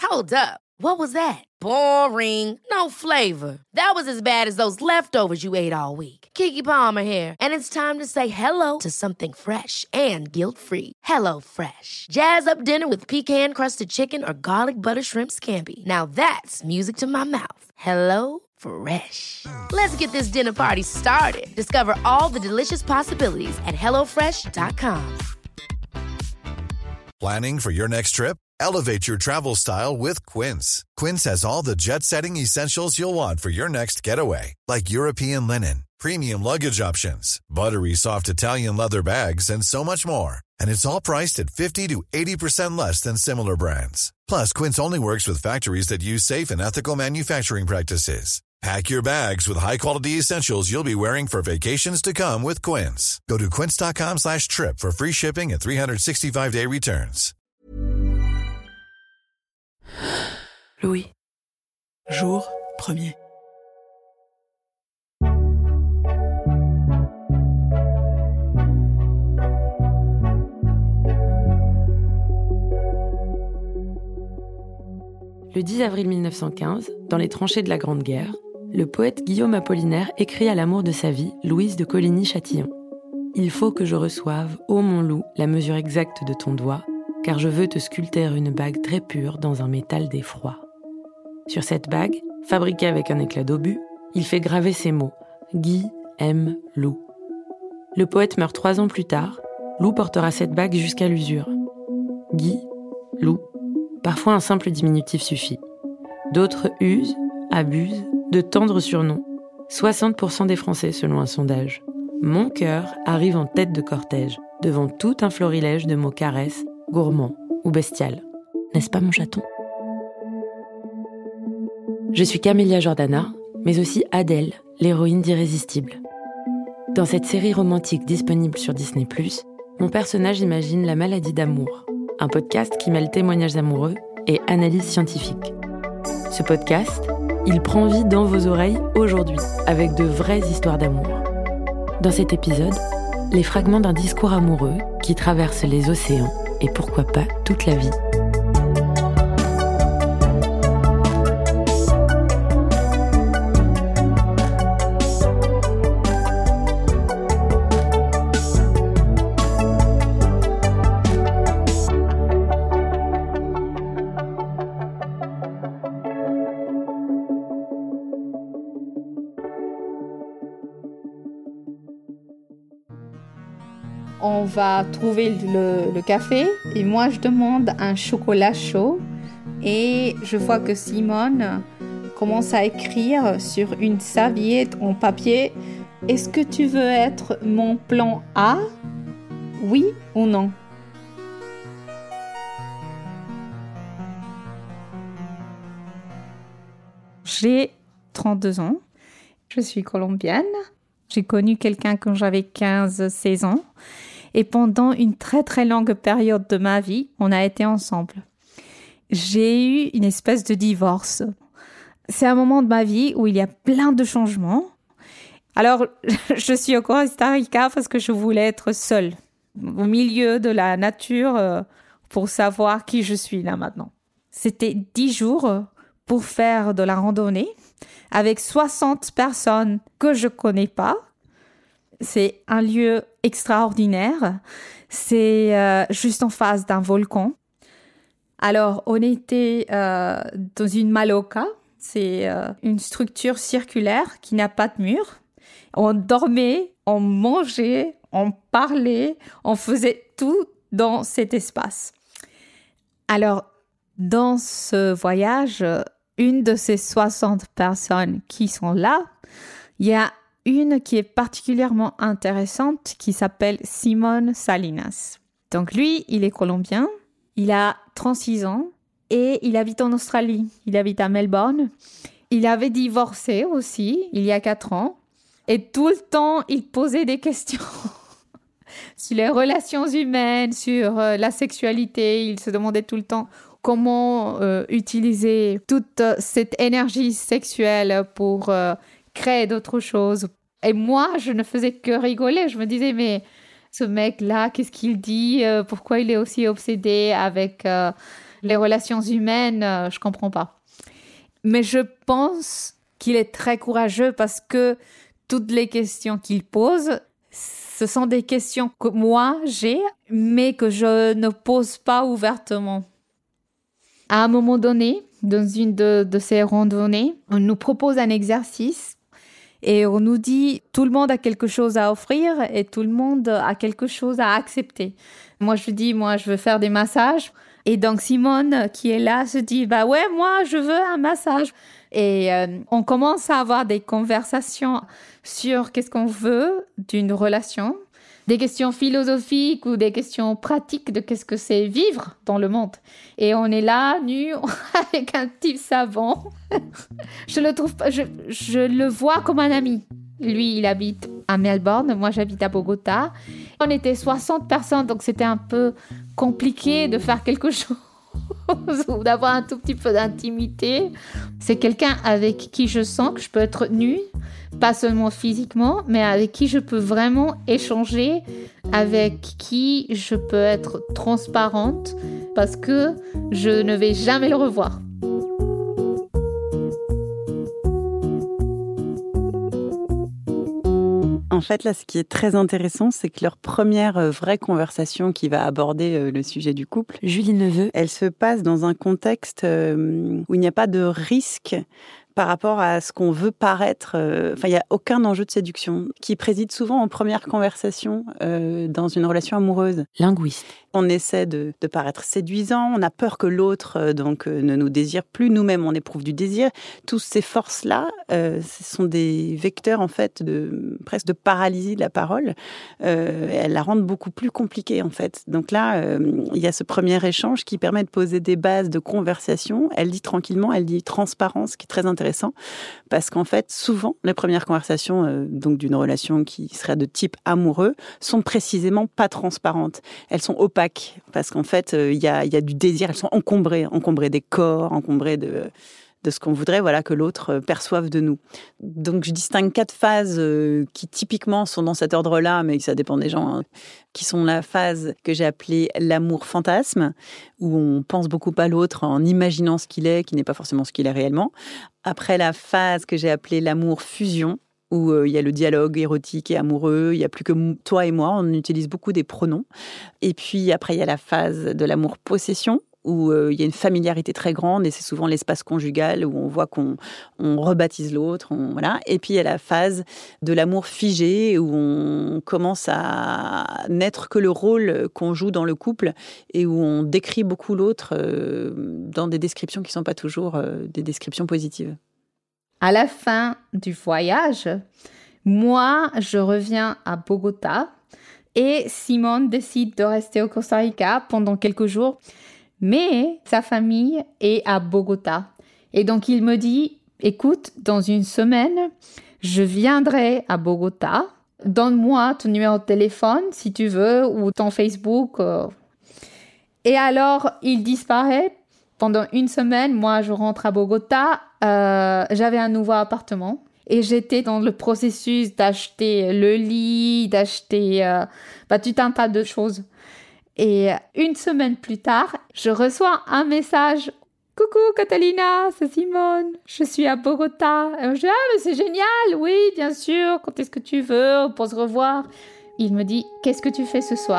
Hold up. What was that? Boring. No flavor. That was as bad as those leftovers you ate all week. Keke Palmer here, and it's time to say hello to something fresh and guilt-free. Hello Fresh. Jazz up dinner with pecan-crusted chicken or garlic butter shrimp scampi. Now that's music to my mouth. Hello Fresh. Let's get this dinner party started. Discover all the delicious possibilities at hellofresh.com. Planning for your next trip? Elevate your travel style with Quince. Quince has all the jet-setting essentials you'll want for your next getaway, like European linen, premium luggage options, buttery soft Italian leather bags, and so much more. And it's all priced at 50 to 80% less than similar brands. Plus, Quince only works with factories that use safe and ethical manufacturing practices. Pack your bags with high-quality essentials you'll be wearing for vacations to come with Quince. Go to quince.com/trip for free shipping and 365-day returns. Louis. Jour 1er. Le 10 avril 1915, dans les tranchées de la Grande Guerre, le poète Guillaume Apollinaire écrit à l'amour de sa vie, Louise de Coligny-Châtillon. « Il faut que je reçoive, ô mon loup, la mesure exacte de ton doigt, car je veux te sculpter une bague très pure dans un métal d'effroi. » Sur cette bague, fabriquée avec un éclat d'obus, il fait graver ces mots « Guy aime Lou ». Le poète meurt 3 ans plus tard. Lou portera cette bague jusqu'à l'usure. Guy, Lou, parfois un simple diminutif suffit. D'autres usent, abusent de tendres surnoms. 60% des Français selon un sondage. Mon cœur arrive en tête de cortège, devant tout un florilège de mots caresses, gourmands ou bestial. N'est-ce pas mon chaton ? Je suis Camélia Jordana, mais aussi Adèle, l'héroïne d'Irrésistible. Dans cette série romantique disponible sur Disney+, mon personnage imagine la maladie d'amour, un podcast qui mêle témoignages amoureux et analyse scientifique. Ce podcast, il prend vie dans vos oreilles aujourd'hui, avec de vraies histoires d'amour. Dans cet épisode, les fragments d'un discours amoureux qui traverse les océans et pourquoi pas toute la vie. On va trouver le café et moi je demande un chocolat chaud et je vois que Simone commence à écrire sur une serviette en papier « Est-ce que tu veux être mon plan A ? Oui ou non ?» J'ai 32 ans, je suis colombienne. J'ai connu quelqu'un quand j'avais 15-16 ans et pendant une très très longue période de ma vie, on a été ensemble. J'ai eu une espèce de divorce. C'est un moment de ma vie où il y a plein de changements. Alors, je suis au Costa Rica parce que je voulais être seule, au milieu de la nature, pour savoir qui je suis là maintenant. C'était 10 jours pour faire de la randonnée avec 60 personnes que je connais pas. C'est un lieu extraordinaire. C'est juste en face d'un volcan. Alors, on était dans une maloca. C'est une structure circulaire qui n'a pas de mur. On dormait, on mangeait, on parlait, on faisait tout dans cet espace. Alors, dans ce voyage, une de ces 60 personnes qui sont là, il y a une qui est particulièrement intéressante qui s'appelle Simón Salinas. Donc lui, il est colombien, il a 36 ans et il habite en Australie. Il habite à Melbourne. Il avait divorcé aussi il y a 4 ans et tout le temps, il posait des questions sur les relations humaines, sur la sexualité. Il se demandait tout le temps comment utiliser toute cette énergie sexuelle pour créer d'autres choses. Et moi, je ne faisais que rigoler. Je me disais, mais ce mec-là, qu'est-ce qu'il dit ? Pourquoi il est aussi obsédé avec Les relations humaines, je comprends pas. Mais je pense qu'il est très courageux parce que toutes les questions qu'il pose, ce sont des questions que moi j'ai, mais que je ne pose pas ouvertement. À un moment donné, dans une de ces randonnées, on nous propose un exercice et on nous dit tout le monde a quelque chose à offrir et tout le monde a quelque chose à accepter. Moi, je dis, je veux faire des massages. Et donc, Simone, qui est là, se dit, moi, je veux un massage. Et on commence à avoir des conversations sur qu'est-ce qu'on veut d'une relation, des questions philosophiques ou des questions pratiques de qu'est-ce que c'est vivre dans le monde. Et on est là, nus, avec un type savant. Je le vois comme un ami. Lui, il habite à Melbourne, moi j'habite à Bogota. On était 60 personnes, donc c'était un peu compliqué de faire quelque chose ou d'avoir un tout petit peu d'intimité. C'est quelqu'un avec qui je sens que je peux être nue, pas seulement physiquement, mais avec qui je peux vraiment échanger, avec qui je peux être transparente parce que je ne vais jamais le revoir. En fait, là, ce qui est très intéressant, c'est que leur première vraie conversation qui va aborder le sujet du couple, Julie Neveu, elle se passe dans un contexte où il n'y a pas de risque par rapport à ce qu'on veut paraître. Il n'y a aucun enjeu de séduction qui préside souvent en première conversation dans une relation amoureuse. Linguiste. On essaie de paraître séduisant, on a peur que l'autre ne nous désire plus, nous-mêmes on éprouve du désir. Toutes ces forces-là, ce sont des vecteurs en fait presque de paralysie de la parole. Elles la rendent beaucoup plus compliquée en fait. Donc là, il y a ce premier échange qui permet de poser des bases de conversation. Elle dit tranquillement, elle dit transparence, ce qui est très intéressant parce qu'en fait, souvent, les premières conversations donc d'une relation qui serait de type amoureux sont précisément pas transparentes. Elles sont opaques. Parce qu'en fait, il y a du désir, elles sont encombrées des corps, encombrées de ce qu'on voudrait que l'autre perçoive de nous. Donc, je distingue 4 phases qui typiquement sont dans cet ordre-là, mais ça dépend des gens, qui sont la phase que j'ai appelée l'amour fantasme, où on pense beaucoup à l'autre en imaginant ce qu'il est, qui n'est pas forcément ce qu'il est réellement. Après, la phase que j'ai appelée l'amour fusion, où il y a le dialogue érotique et amoureux, il n'y a plus que toi et moi, on utilise beaucoup des pronoms. Et puis après, il y a la phase de l'amour-possession, où il y a une familiarité très grande, et c'est souvent l'espace conjugal, où on voit qu'on rebaptise l'autre. Voilà. Et puis il y a la phase de l'amour figé, où on commence à n'être que le rôle qu'on joue dans le couple, et où on décrit beaucoup l'autre dans des descriptions qui ne sont pas toujours des descriptions positives. À la fin du voyage, moi, je reviens à Bogota et Simone décide de rester au Costa Rica pendant quelques jours. Mais sa famille est à Bogota. Et donc, il me dit, écoute, dans une semaine, je viendrai à Bogota. Donne-moi ton numéro de téléphone, si tu veux, ou ton Facebook. Et alors, il disparaît. Pendant une semaine, moi, je rentre à Bogota. J'avais un nouveau appartement et j'étais dans le processus d'acheter le lit, d'acheter tout un tas de choses. Et une semaine plus tard, je reçois un message. « Coucou Catalina, c'est Simone, je suis à Bogota. » Et je dis « Ah, mais c'est génial, oui, bien sûr, quand est-ce que tu veux pour se revoir ?» Il me dit « Qu'est-ce que tu fais ce soir ?»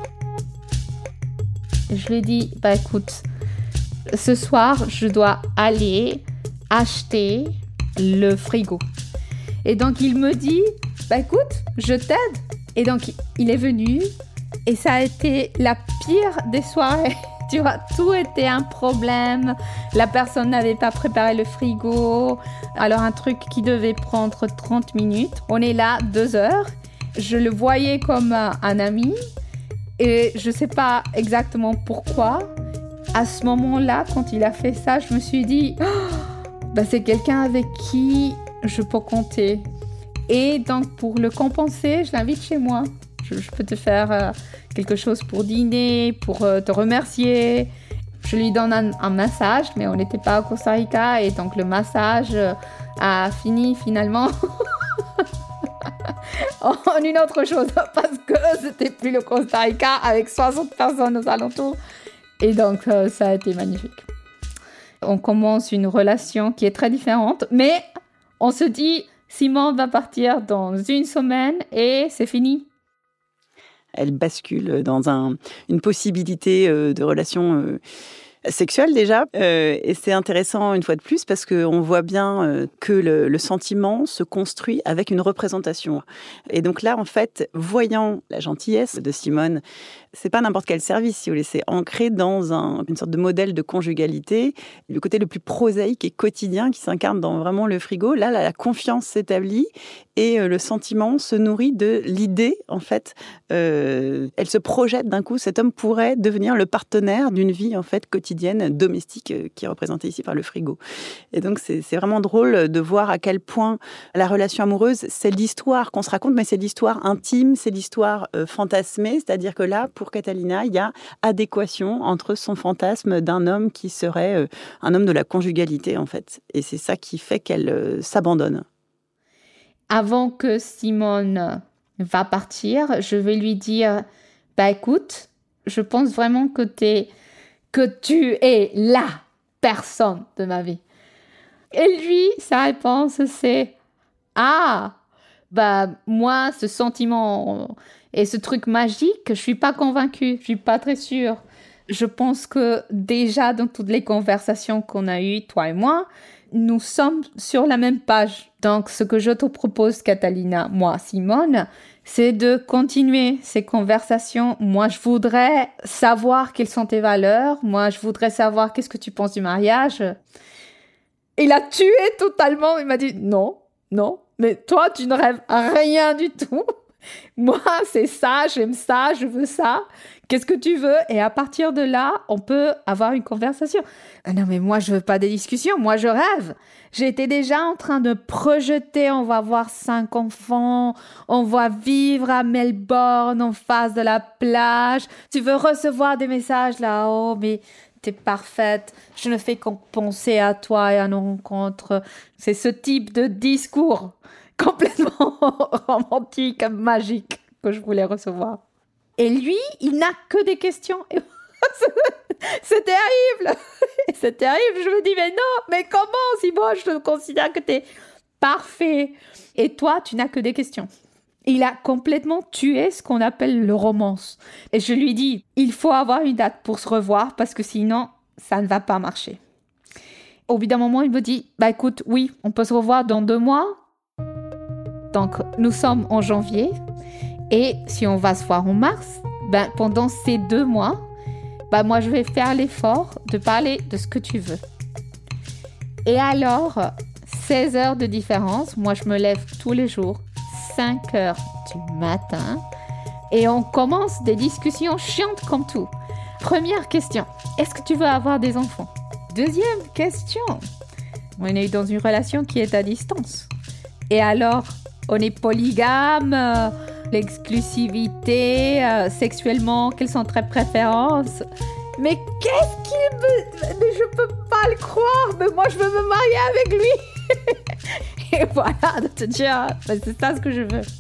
Je lui dis « Écoute, ce soir, je dois aller acheter le frigo. » Et donc, il me dit, écoute, je t'aide. Et donc, il est venu et ça a été la pire des soirées. Tu vois, tout était un problème. La personne n'avait pas préparé le frigo. Alors, un truc qui devait prendre 30 minutes. On est là 2 heures. Je le voyais comme un ami et je ne sais pas exactement pourquoi. À ce moment-là, quand il a fait ça, je me suis dit c'est quelqu'un avec qui je peux compter. Et donc, pour le compenser, je l'invite chez moi. Je peux te faire quelque chose pour dîner, pour te remercier. Je lui donne un massage, mais on n'était pas au Costa Rica. Et donc, le massage a fini finalement en une autre chose. Parce que c'était plus le Costa Rica avec 60 personnes aux alentours. Et donc, ça a été magnifique. On commence une relation qui est très différente, mais on se dit, Simone va partir dans 1 semaine et c'est fini. Elle bascule dans une possibilité de relation sexuelle déjà. Et c'est intéressant une fois de plus parce qu'on voit bien que le sentiment se construit avec une représentation. Et donc là, en fait, voyant la gentillesse de Simone, c'est pas n'importe quel service, si vous voulez, c'est ancré dans une sorte de modèle de conjugalité, le côté le plus prosaïque et quotidien qui s'incarne dans vraiment le frigo. Là, la confiance s'établit et le sentiment se nourrit de l'idée, en fait. Elle se projette d'un coup, cet homme pourrait devenir le partenaire d'une vie, en fait, quotidienne, domestique, qui est représentée ici par le frigo. Et donc, c'est vraiment drôle de voir à quel point la relation amoureuse, c'est l'histoire qu'on se raconte, mais c'est l'histoire intime, c'est l'histoire fantasmée, c'est-à-dire que là, pour Catalina, il y a adéquation entre son fantasme d'un homme qui serait un homme de la conjugalité, en fait. Et c'est ça qui fait qu'elle s'abandonne. Avant que Simone va partir, je vais lui dire, écoute, je pense vraiment que tu es la personne de ma vie. Et lui, sa réponse, c'est, moi, ce sentiment et ce truc magique, je suis pas convaincue, je suis pas très sûre. Je pense que déjà dans toutes les conversations qu'on a eues, toi et moi, nous sommes sur la même page. Donc, ce que je te propose, Catalina, moi, Simone, c'est de continuer ces conversations. Moi, je voudrais savoir quelles sont tes valeurs. Moi, je voudrais savoir qu'est-ce que tu penses du mariage. Il a tué totalement. Il m'a dit, non, mais toi, tu ne rêves à rien du tout. Moi, c'est ça, j'aime ça, je veux ça. Qu'est-ce que tu veux? Et à partir de là, on peut avoir une conversation. Non, mais moi, je veux pas des discussions. Moi, je rêve. J'étais déjà en train de projeter. On va avoir 5 enfants. On va vivre à Melbourne, en face de la plage. Tu veux recevoir des messages là? Oh, mais t'es parfaite. Je ne fais qu'en penser à toi et à nos rencontres. C'est ce type de discours complètement romantique, magique que je voulais recevoir. Et lui, il n'a que des questions. Et c'est terrible. C'est terrible. Je me dis, mais non, mais comment, si moi, je te considère que t'es parfait. Et toi, tu n'as que des questions. Il a complètement tué ce qu'on appelle le romance. Et je lui dis, il faut avoir une date pour se revoir parce que sinon, ça ne va pas marcher. Au bout d'un moment, il me dit, écoute, oui, on peut se revoir dans 2 mois. Donc, nous sommes en janvier. Et si on va se voir en mars, pendant ces 2 mois, moi, je vais faire l'effort de parler de ce que tu veux. Et alors, 16 heures de différence, moi, je me lève tous les jours, 5 heures du matin, et on commence des discussions chiantes comme tout. Première question, est-ce que tu veux avoir des enfants? Deuxième question, on est dans une relation qui est à distance. Et alors, on est polygame, l'exclusivité, sexuellement, quelles sont tes préférences? Mais qu'est-ce qu'il me... Mais je peux pas le croire, mais moi je veux me marier avec lui. Et voilà, de te dire, c'est ça ce que je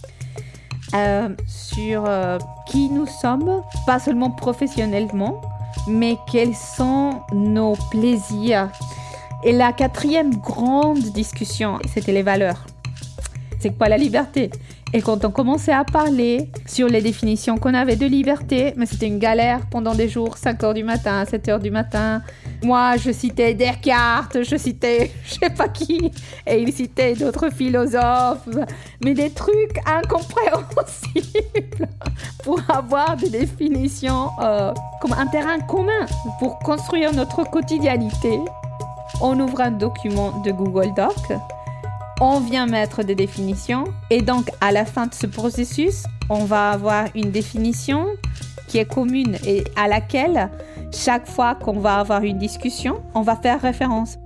veux. Sur qui nous sommes, pas seulement professionnellement, mais quels sont nos plaisirs. Et la 4e grande discussion, c'était les valeurs. C'est quoi la liberté? Et quand on commençait à parler sur les définitions qu'on avait de liberté, mais c'était une galère pendant des jours, 5 heures du matin, 7 heures du matin. Moi, je citais Descartes, je citais je sais pas qui, et il citait d'autres philosophes, mais des trucs incompréhensibles pour avoir des définitions comme un terrain commun pour construire notre quotidianité. On ouvre un document de Google Doc. On vient mettre des définitions et donc à la fin de ce processus, on va avoir une définition qui est commune et à laquelle chaque fois qu'on va avoir une discussion, on va faire référence.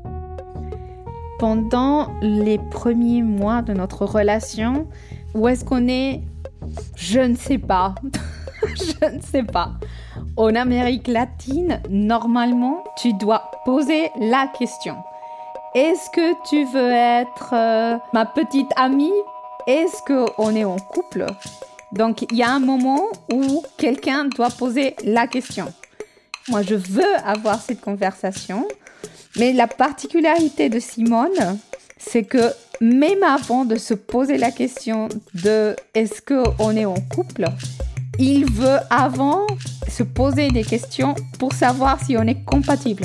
Pendant les premiers mois de notre relation, où est-ce qu'on est? Je ne sais pas. Je ne sais pas. En Amérique latine, normalement, tu dois poser la question. Est-ce que tu veux être ma petite amie? Est-ce qu'on est en couple? Donc, il y a un moment où quelqu'un doit poser la question. Moi, je veux avoir cette conversation. Mais la particularité de Simone, c'est que même avant de se poser la question de est-ce qu'on est en couple, il veut avant se poser des questions pour savoir si on est compatible.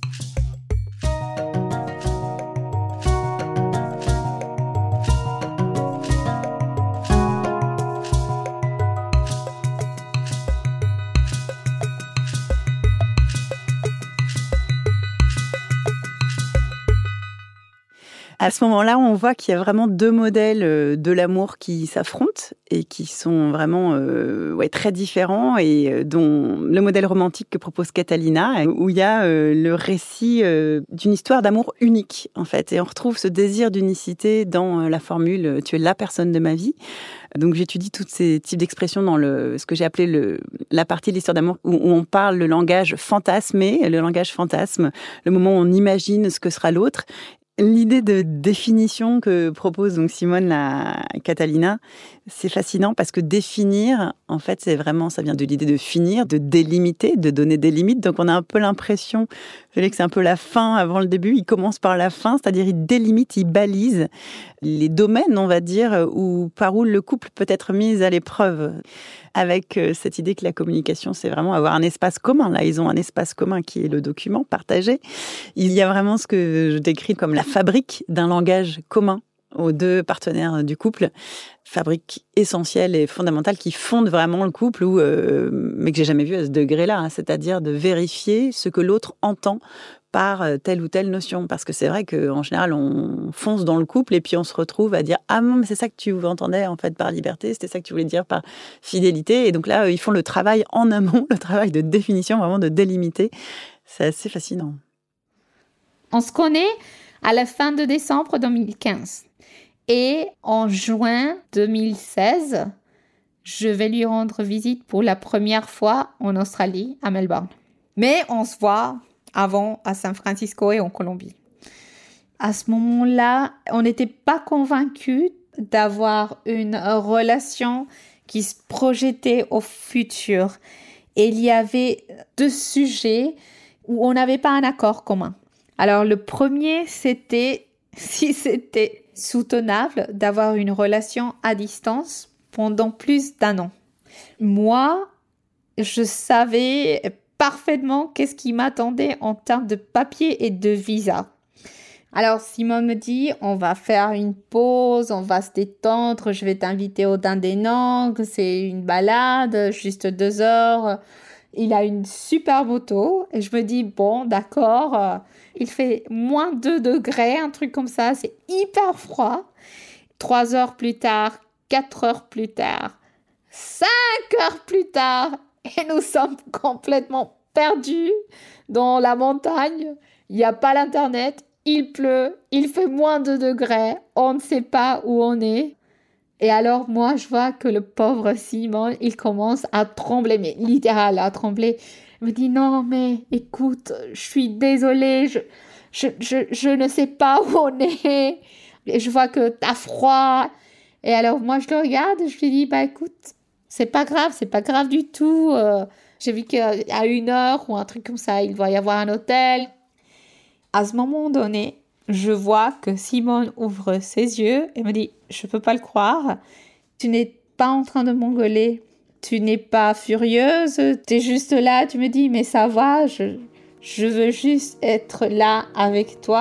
À ce moment-là, on voit qu'il y a vraiment deux modèles de l'amour qui s'affrontent et qui sont vraiment très différents, et dont le modèle romantique que propose Catalina, où il y a le récit d'une histoire d'amour unique, en fait. Et on retrouve ce désir d'unicité dans la formule « tu es la personne de ma vie ». Donc j'étudie tous ces types d'expressions dans ce que j'ai appelé la partie de l'histoire d'amour où on parle le langage fantasmé, le langage fantasme, le moment où on imagine ce que sera l'autre. L'idée de définition que propose donc Simone la Catalina, c'est fascinant parce que définir, en fait, ça vient de l'idée de finir, de délimiter, de donner des limites. Donc on a un peu l'impression, je dirais que c'est un peu la fin avant le début. Il commence par la fin, c'est-à-dire il délimite, il balise les domaines, on va dire, par où le couple peut être mis à l'épreuve. Avec cette idée que la communication, c'est vraiment avoir un espace commun. Là, ils ont un espace commun qui est le document partagé. Il y a vraiment ce que je décris comme la fabrique d'un langage commun aux deux partenaires du couple. Fabrique essentielle et fondamentale qui fonde vraiment le couple, mais que j'ai jamais vu à ce degré-là, hein, c'est-à-dire de vérifier ce que l'autre entend par telle ou telle notion. Parce que c'est vrai qu'en général, on fonce dans le couple et puis on se retrouve à dire « Ah non, mais c'est ça que tu entendais en fait par liberté, c'était ça que tu voulais dire par fidélité. » Et donc là, ils font le travail en amont, le travail de définition, vraiment de délimiter. C'est assez fascinant. On se connaît à la fin de décembre 2015. Et en juin 2016, je vais lui rendre visite pour la première fois en Australie, à Melbourne. Mais on se voit avant à San Francisco et en Colombie. À ce moment-là, on n'était pas convaincus d'avoir une relation qui se projetait au futur. Et il y avait deux sujets où on n'avait pas un accord commun. Alors le premier, c'était si c'était soutenable d'avoir une relation à distance pendant plus d'1 an. Moi, je savais parfaitement qu'est-ce qui m'attendait en termes de papier et de visa. Alors Simone me dit, on va faire une pause, on va se détendre, je vais t'inviter au Dandenong, c'est une balade, juste 2 heures. Il a une super moto et je me dis, bon, d'accord, il fait moins 2 degrés, un truc comme ça, c'est hyper froid. 3 heures plus tard, 4 heures plus tard, 5 heures plus tard, et nous sommes complètement perdus dans la montagne. Il n'y a pas l'internet, il pleut, il fait moins 2 degrés, on ne sait pas où on est. Et alors, moi, je vois que le pauvre Simon, il commence à trembler, mais littéral, à trembler. Il me dit, non, mais écoute, je suis désolée, je ne sais pas où on est. Et je vois que t'as froid. Et alors, moi, je le regarde, je lui dis, bah écoute, c'est pas grave du tout. J'ai vu qu'à 1 heure ou un truc comme ça, il doit y avoir un hôtel. À ce moment donné, je vois que Simone ouvre ses yeux et me dit « Je ne peux pas le croire, tu n'es pas en train de m'engueuler, tu n'es pas furieuse, tu es juste là, tu me dis « Mais ça va, je veux juste être là avec toi. »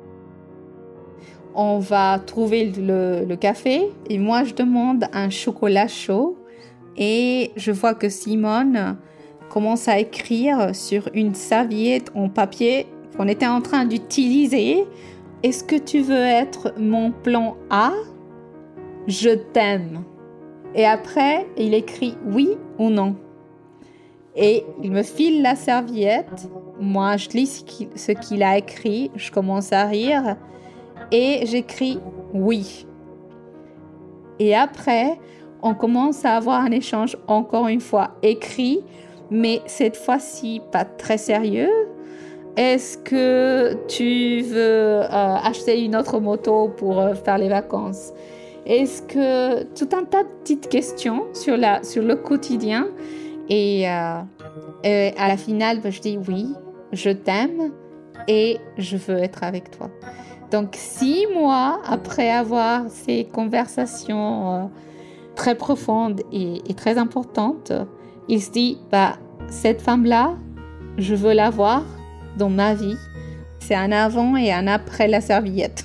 On va trouver le café et moi je demande un chocolat chaud et je vois que Simone commence à écrire sur une serviette en papier qu'on était en train d'utiliser. Est-ce que tu veux être mon plan A? Je t'aime. Et après, il écrit oui ou non. Et il me file la serviette. Moi, je lis ce qu'il a écrit. Je commence à rire. Et j'écris oui. Et après, on commence à avoir un échange encore une fois écrit, mais cette fois-ci pas très sérieux. Est-ce que tu veux acheter une autre moto pour faire les vacances? Est-ce que tout un tas de petites questions sur le quotidien. Et à la finale, je dis oui, je t'aime et je veux être avec toi. Donc 6 mois après avoir ces conversations très profondes et très importantes, il se dit, cette femme-là, je veux la voir dans ma vie. C'est un avant et un après la serviette.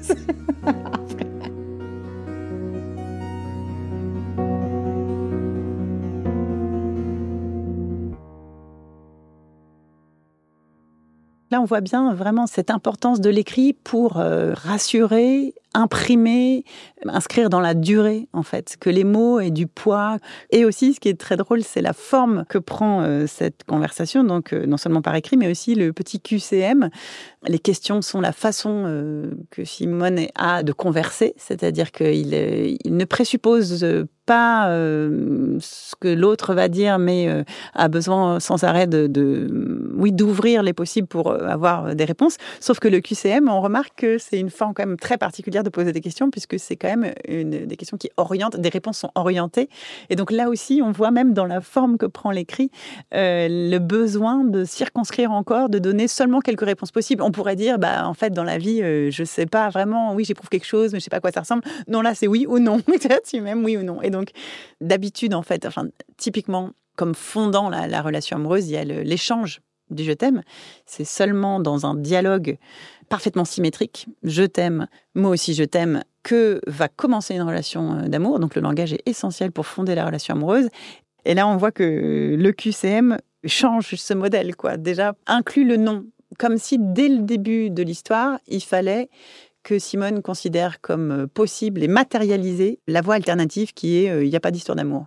Là, on voit bien vraiment cette importance de l'écrit pour rassurer, imprimer, inscrire dans la durée, en fait, que les mots aient du poids. Et aussi, ce qui est très drôle, c'est la forme que prend cette conversation, donc non seulement par écrit, mais aussi le petit QCM. Les questions sont la façon que Simone a de converser, c'est-à-dire qu'il ne présuppose pas ce que l'autre va dire, mais a besoin sans arrêt d'ouvrir les possibles pour avoir des réponses. Sauf que le QCM, on remarque que c'est une forme quand même très particulière de poser des questions, puisque c'est quand même des questions qui orientent, des réponses sont orientées. Et donc là aussi, on voit même dans la forme que prend l'écrit le besoin de circonscrire encore, de donner seulement quelques réponses possibles. On pourrait dire, en fait, dans la vie, je sais pas vraiment, oui, j'éprouve quelque chose, mais je sais pas à quoi ça ressemble. Non, là, c'est oui ou non. Tu m'aimes, oui ou non. Et donc, d'habitude, en fait, typiquement, comme fondant la relation amoureuse, il y a l'échange du je t'aime. C'est seulement dans un dialogue parfaitement symétrique, je t'aime, moi aussi je t'aime, que va commencer une relation d'amour. Donc le langage est essentiel pour fonder la relation amoureuse. Et là, on voit que le QCM change ce modèle, quoi. Déjà, inclut le non, comme si dès le début de l'histoire, il fallait que Simone considère comme possible et matérialiser la voie alternative qui est il n'y a pas d'histoire d'amour.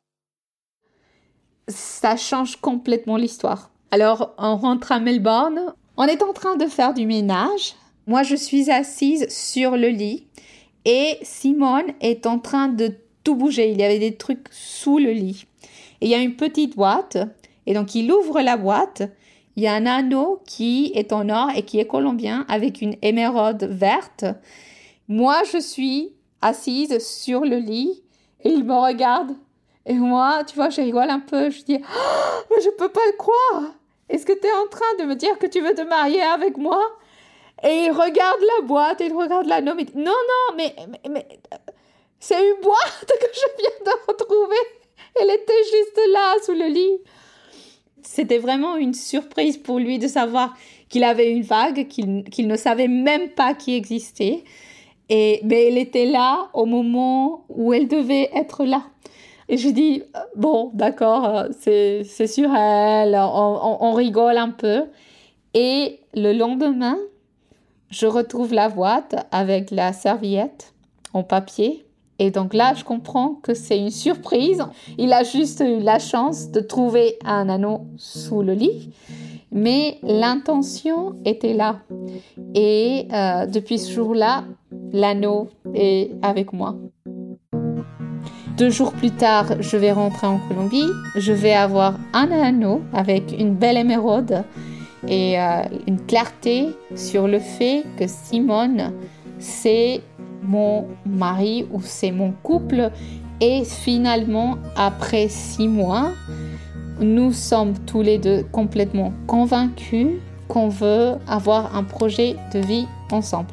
Ça change complètement l'histoire. Alors, on rentre à Melbourne. On est en train de faire du ménage. Moi, je suis assise sur le lit et Simone est en train de tout bouger. Il y avait des trucs sous le lit. Et il y a une petite boîte et donc il ouvre la boîte. Il y a un anneau qui est en or et qui est colombien avec une émeraude verte. Moi, je suis assise sur le lit et il me regarde. Et moi, tu vois, je rigole un peu. Je dis, mais je peux pas le croire. Est-ce que tu es en train de me dire que tu veux te marier avec moi? Et il regarde la boîte, il regarde l'anneau, mais non, mais c'est une boîte que je viens de retrouver. Elle était juste là, sous le lit. C'était vraiment une surprise pour lui de savoir qu'il avait une vague, qu'il ne savait même pas qui existait. Mais elle était là au moment où elle devait être là. Et je dis, bon, d'accord, c'est sur elle, on rigole un peu. Et le lendemain, je retrouve la boîte avec la serviette en papier. Et donc là, je comprends que c'est une surprise. Il a juste eu la chance de trouver un anneau sous le lit. Mais l'intention était là. Et depuis ce jour-là, l'anneau est avec moi. 2 jours plus tard, je vais rentrer en Colombie. Je vais avoir un anneau avec une belle émeraude et une clarté sur le fait que Simone, c'est mon mari ou c'est mon couple. Et finalement, après 6 mois, nous sommes tous les deux complètement convaincus qu'on veut avoir un projet de vie ensemble.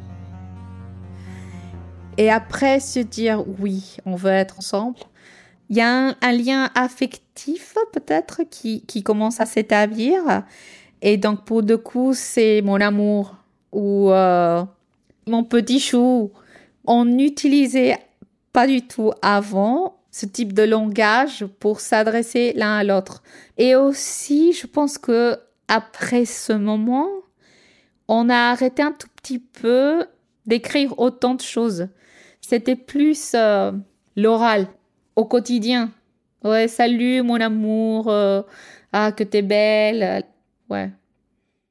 Et après se dire oui, on veut être ensemble, il y a un lien affectif peut-être qui commence à s'établir. Et donc pour le coup, c'est mon amour ou mon petit chou. On n'utilisait pas du tout avant ce type de langage pour s'adresser l'un à l'autre. Et aussi, je pense que après ce moment, on a arrêté un tout petit peu d'écrire autant de choses. C'était plus l'oral, au quotidien. Ouais, salut mon amour, que t'es belle. Ouais.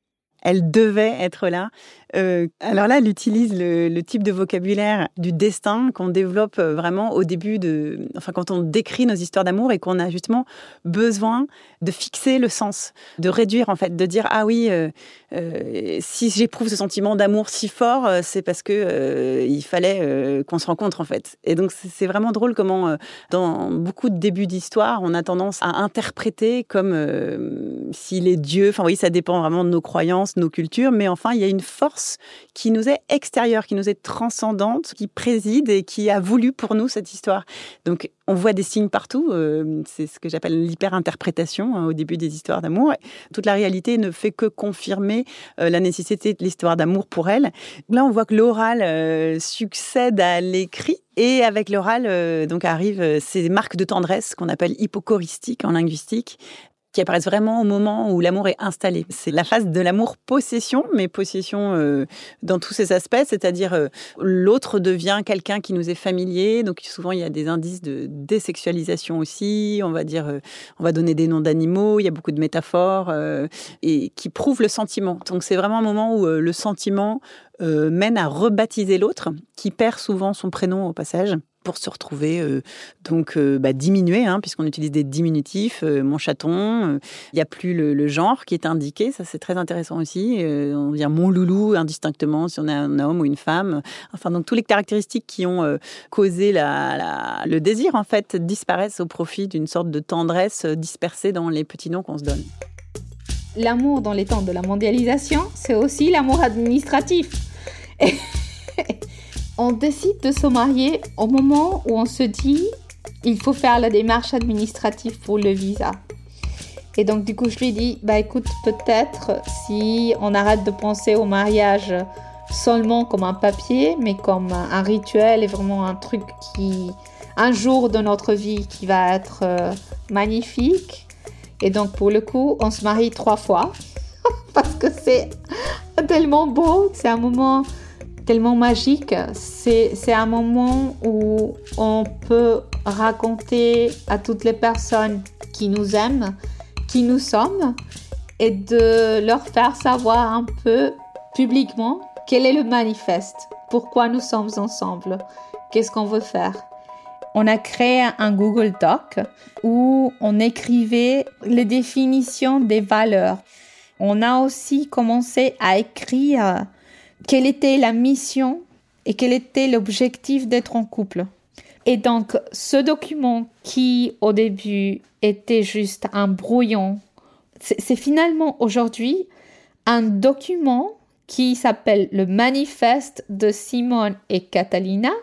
Elle devait être là. Alors là, elle utilise le type de vocabulaire du destin qu'on développe vraiment au début quand on décrit nos histoires d'amour et qu'on a justement besoin de fixer le sens, de réduire en fait, de dire ah oui, si j'éprouve ce sentiment d'amour si fort, c'est parce que il fallait qu'on se rencontre en fait. Et donc c'est vraiment drôle comment dans beaucoup de débuts d'histoire, on a tendance à interpréter comme s'il est Dieu. Enfin oui, ça dépend vraiment de nos croyances, de nos cultures, mais enfin il y a une force qui nous est extérieure, qui nous est transcendante, qui préside et qui a voulu pour nous cette histoire. Donc, on voit des signes partout. C'est ce que j'appelle l'hyper-interprétation au début des histoires d'amour. Toute la réalité ne fait que confirmer la nécessité de l'histoire d'amour pour elle. Là, on voit que l'oral succède à l'écrit. Et avec l'oral, donc arrivent ces marques de tendresse qu'on appelle hypocoristiques en linguistique, qui apparaissent vraiment au moment où l'amour est installé. C'est la phase de l'amour-possession, mais possession dans tous ses aspects, c'est-à-dire l'autre devient quelqu'un qui nous est familier, donc souvent il y a des indices de désexualisation aussi, on va dire, on va donner des noms d'animaux, il y a beaucoup de métaphores, et qui prouvent le sentiment. Donc c'est vraiment un moment où le sentiment mène à rebaptiser l'autre, qui perd souvent son prénom au passage, pour se retrouver diminué, puisqu'on utilise des diminutifs, mon chaton, il n'y a plus le genre qui est indiqué, ça c'est très intéressant aussi, on va dire mon loulou indistinctement si on est un homme ou une femme, enfin donc toutes les caractéristiques qui ont causé le désir en fait disparaissent au profit d'une sorte de tendresse dispersée dans les petits noms qu'on se donne. L'amour dans les temps de la mondialisation, c'est aussi l'amour administratif. On décide de se marier au moment où on se dit il faut faire la démarche administrative pour le visa. Et donc du coup je lui dis écoute, peut-être si on arrête de penser au mariage seulement comme un papier, mais comme un rituel et vraiment un truc un jour de notre vie qui va être magnifique. Et donc pour le coup on se marie 3 fois parce que c'est tellement beau, c'est un moment tellement magique, c'est un moment où on peut raconter à toutes les personnes qui nous aiment, qui nous sommes, et de leur faire savoir un peu publiquement quel est le manifeste, pourquoi nous sommes ensemble, qu'est-ce qu'on veut faire. On a créé un Google Doc où on écrivait les définitions des valeurs. On a aussi commencé à écrire quelle était la mission et quel était l'objectif d'être en couple. Et donc, ce document qui, au début, était juste un brouillon, c'est finalement aujourd'hui un document qui s'appelle le Manifeste de Simone et Catalina,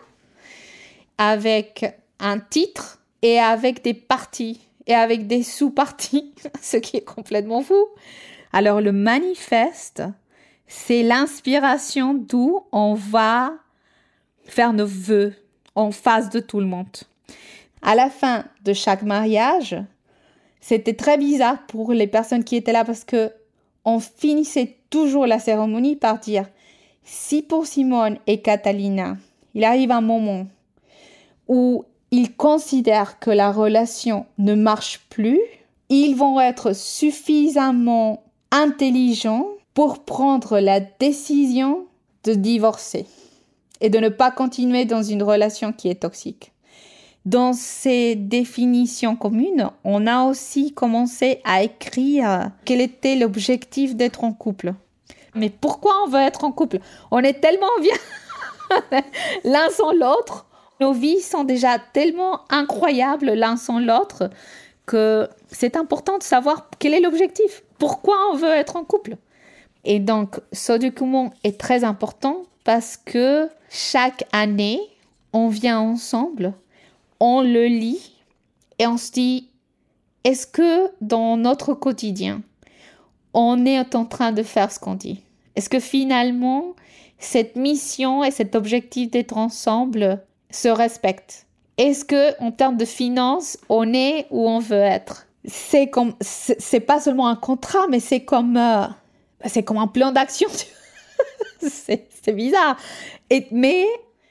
avec un titre et avec des parties et avec des sous-parties, ce qui est complètement fou. Alors, le manifeste, c'est l'inspiration d'où on va faire nos vœux en face de tout le monde. À la fin de chaque mariage, c'était très bizarre pour les personnes qui étaient là parce que on finissait toujours la cérémonie par dire si pour Simone et Catalina, il arrive un moment où ils considèrent que la relation ne marche plus, ils vont être suffisamment intelligents pour prendre la décision de divorcer et de ne pas continuer dans une relation qui est toxique. Dans ces définitions communes, on a aussi commencé à écrire quel était l'objectif d'être en couple. Mais pourquoi on veut être en couple ? On est tellement bien l'un sans l'autre. Nos vies sont déjà tellement incroyables l'un sans l'autre que c'est important de savoir quel est l'objectif. Pourquoi on veut être en couple ? Et donc, ce document est très important parce que chaque année, on vient ensemble, on le lit et on se dit, est-ce que dans notre quotidien, on est en train de faire ce qu'on dit ? Est-ce que finalement, cette mission et cet objectif d'être ensemble se respectent ? Est-ce que en termes de finances, on est où on veut être ? C'est pas seulement un contrat, mais c'est comme un plan d'action. c'est bizarre. Mais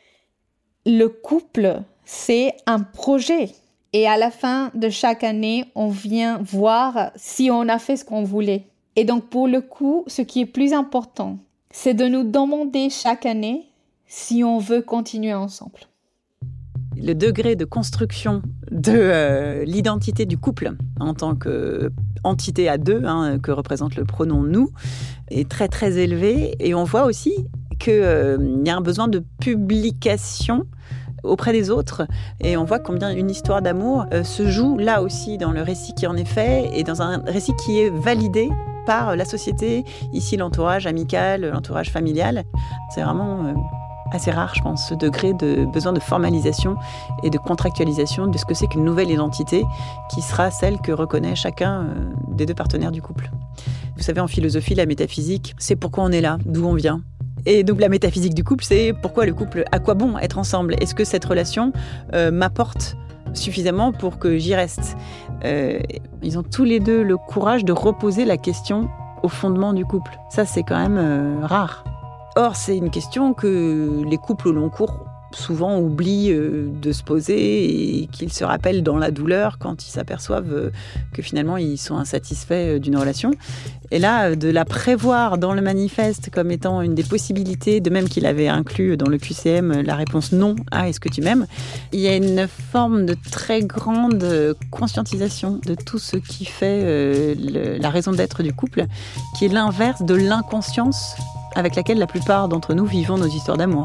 le couple, c'est un projet. Et à la fin de chaque année, on vient voir si on a fait ce qu'on voulait. Et donc, pour le coup, ce qui est plus important, c'est de nous demander chaque année si on veut continuer ensemble. Le degré de construction de l'identité du couple en tant qu'entité à deux, que représente le pronom « nous », est très très élevé. Et on voit aussi qu'il y a un besoin de publication auprès des autres. Et on voit combien une histoire d'amour se joue là aussi dans le récit qui en est fait et dans un récit qui est validé par la société, ici l'entourage amical, l'entourage familial. C'est vraiment assez rare, je pense, ce degré de besoin de formalisation et de contractualisation de ce que c'est qu'une nouvelle identité qui sera celle que reconnaît chacun des deux partenaires du couple. Vous savez, en philosophie, la métaphysique, c'est pourquoi on est là, d'où on vient. Et donc la métaphysique du couple, c'est pourquoi le couple, à quoi bon être ensemble ? Est-ce que cette relation m'apporte suffisamment pour que j'y reste ? Ils ont tous les deux le courage de reposer la question au fondement du couple. Ça, c'est quand même rare. Or, c'est une question que les couples au long cours souvent oublient de se poser et qu'ils se rappellent dans la douleur quand ils s'aperçoivent que finalement ils sont insatisfaits d'une relation. Et là, de la prévoir dans le manifeste comme étant une des possibilités, de même qu'il avait inclus dans le QCM la réponse non à « est-ce que tu m'aimes ?», il y a une forme de très grande conscientisation de tout ce qui fait la raison d'être du couple, qui est l'inverse de l'inconscience avec laquelle la plupart d'entre nous vivons nos histoires d'amour.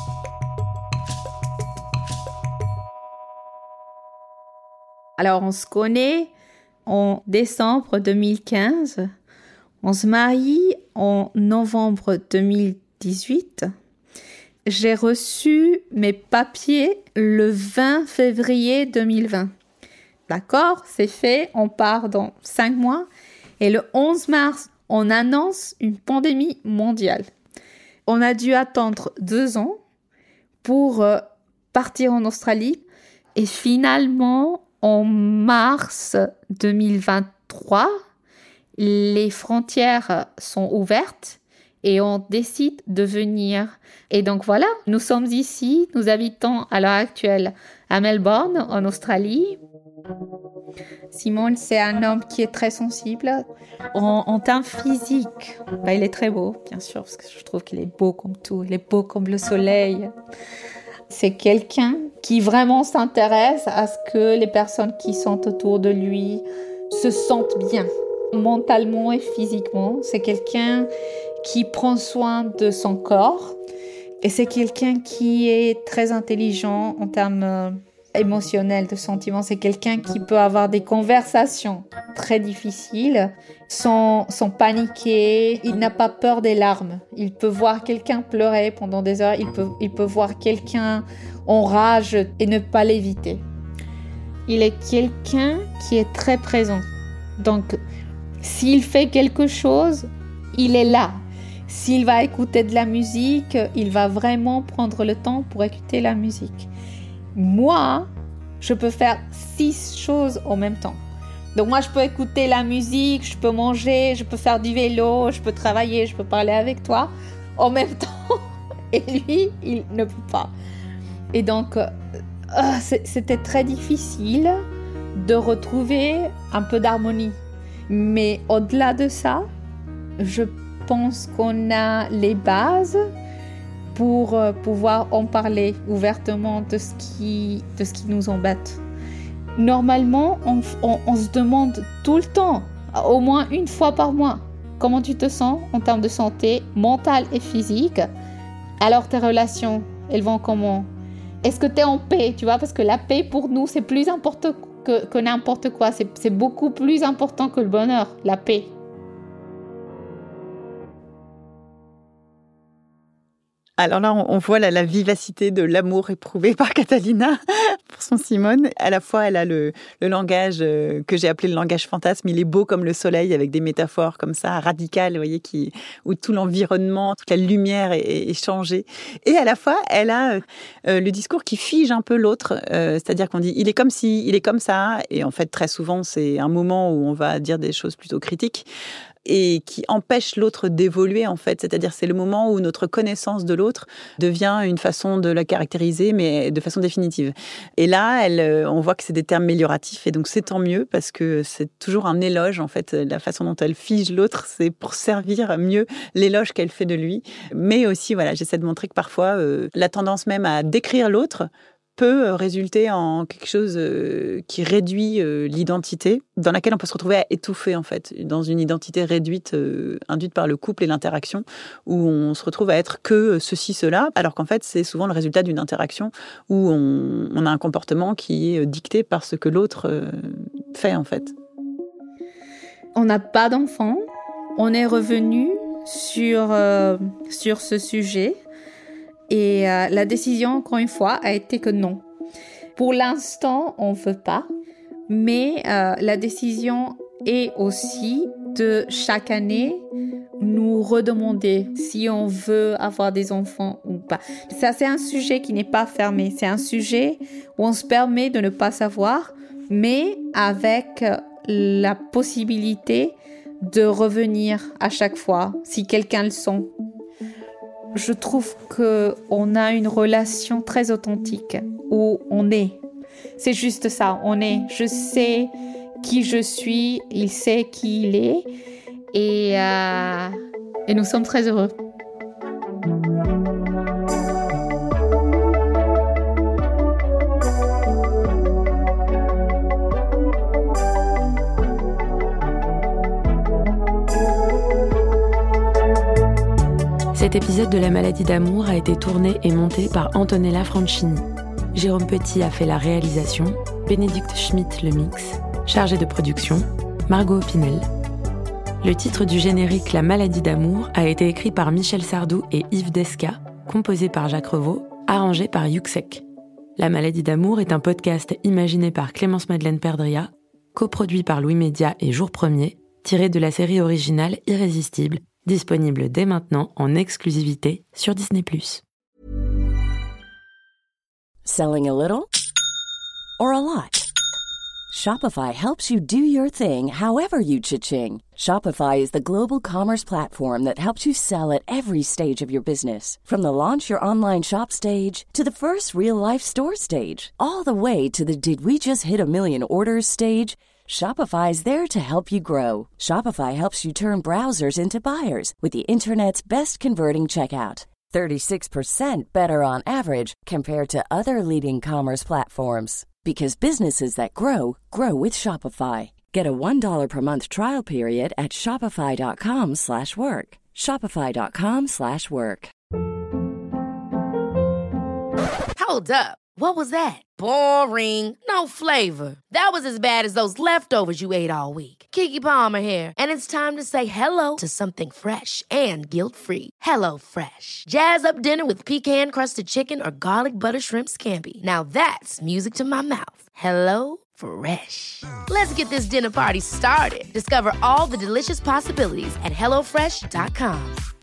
Alors, on se connaît en décembre 2015. On se marie en novembre 2018. J'ai reçu mes papiers le 20 février 2020. D'accord, c'est fait, on part dans 5 mois. Et le 11 mars, on annonce une pandémie mondiale. On a dû attendre 2 ans pour partir en Australie. Et finalement, en mars 2023, les frontières sont ouvertes et on décide de venir. Et donc voilà, nous sommes ici, nous habitons à l'heure actuelle à Melbourne, en Australie. Simon, c'est un homme qui est très sensible. En termes physiques, il est très beau, bien sûr, parce que je trouve qu'il est beau comme tout. Il est beau comme le soleil. C'est quelqu'un qui vraiment s'intéresse à ce que les personnes qui sont autour de lui se sentent bien, mentalement et physiquement. C'est quelqu'un qui prend soin de son corps et c'est quelqu'un qui est très intelligent en termes émotionnels, de sentiments. C'est quelqu'un qui peut avoir des conversations très difficiles sans paniquer. Il n'a pas peur des larmes. Il peut voir quelqu'un pleurer pendant des heures. Il peut voir quelqu'un en rage et ne pas l'éviter. Il est quelqu'un qui est très présent. Donc, s'il fait quelque chose, il est là. S'il va écouter de la musique, il va vraiment prendre le temps pour écouter la musique. Moi, je peux faire 6 choses en même temps. Donc moi, je peux écouter la musique, je peux manger, je peux faire du vélo, je peux travailler, je peux parler avec toi en même temps. Et lui, il ne peut pas. Et donc, c'était très difficile de retrouver un peu d'harmonie. Mais au-delà de ça, je pense qu'on a les bases pour pouvoir en parler ouvertement de ce qui nous embête. Normalement, on se demande tout le temps, au moins une fois par mois, comment tu te sens en termes de santé mentale et physique. Alors tes relations, elles vont comment ? Est-ce que tu es en paix, tu vois ? Parce que la paix, pour nous, c'est plus important que n'importe quoi. C'est beaucoup plus important que le bonheur, la paix. Alors là, on voit la vivacité de l'amour éprouvé par Catalina pour son Simone. À la fois, elle a le langage que j'ai appelé le langage fantasme. Il est beau comme le soleil, avec des métaphores comme ça, radicales, vous voyez, où tout l'environnement, toute la lumière est changée. Et à la fois, elle a le discours qui fige un peu l'autre. C'est-à-dire qu'on dit, il est comme ci, il est comme ça. Et en fait, très souvent, c'est un moment où on va dire des choses plutôt critiques. et qui empêche l'autre d'évoluer, en fait. C'est-à-dire, c'est le moment où notre connaissance de l'autre devient une façon de la caractériser, mais de façon définitive. Et là, on voit que c'est des termes amélioratifs, et donc c'est tant mieux, parce que c'est toujours un éloge, en fait. La façon dont elle fige l'autre, c'est pour servir mieux l'éloge qu'elle fait de lui. Mais aussi, voilà, j'essaie de montrer que parfois, la tendance même à décrire l'autre peut résulter en quelque chose qui réduit l'identité, dans laquelle on peut se retrouver à étouffer, en fait, dans une identité réduite, induite par le couple et l'interaction, où on se retrouve à être que ceci, cela, alors qu'en fait, c'est souvent le résultat d'une interaction où on a un comportement qui est dicté par ce que l'autre fait, en fait. On n'a pas d'enfant. On est revenu sur ce sujet. Et la décision, encore une fois, a été que non. Pour l'instant, on ne veut pas. Mais la décision est aussi de chaque année nous redemander si on veut avoir des enfants ou pas. Ça, c'est un sujet qui n'est pas fermé. C'est un sujet où on se permet de ne pas savoir, mais avec la possibilité de revenir à chaque fois si quelqu'un le sent. Je trouve qu'on a une relation très authentique où on est. C'est juste ça, on est. Je sais qui je suis, il sait qui il est et nous sommes très heureux. Cet épisode de La maladie d'amour a été tourné et monté par Antonella Franchini. Jérôme Petit a fait la réalisation, Bénédicte Schmitt le mix, chargé de production, Margot Opinel. Le titre du générique La maladie d'amour a été écrit par Michel Sardou et Yves Desca, composé par Jacques Revaux, arrangé par Yuxek. La maladie d'amour est un podcast imaginé par Clémence Madeleine Perdria, coproduit par Louis Média et Jour Premier, tiré de la série originale Irrésistible, disponible dès maintenant en exclusivité sur Disney+. Selling a little or a lot? Shopify helps you do your thing however you cha-ching. Shopify is the global commerce platform that helps you sell at every stage of your business. From the launch your online shop stage to the first real-life store stage, all the way to the did we just hit a million orders stage. Shopify is there to help you grow. Shopify helps you turn browsers into buyers with the internet's best converting checkout. 36% better on average compared to other leading commerce platforms. Because businesses that grow, grow with Shopify. Get a $1 per month trial period at shopify.com/work. Shopify.com/work. Hold up. What was that? Boring. No flavor. That was as bad as those leftovers you ate all week. Keke Palmer here, and it's time to say hello to something fresh and guilt-free. HelloFresh. Jazz up dinner with pecan-crusted chicken or garlic butter shrimp scampi. Now that's music to my mouth. HelloFresh. Let's get this dinner party started. Discover all the delicious possibilities at HelloFresh.com.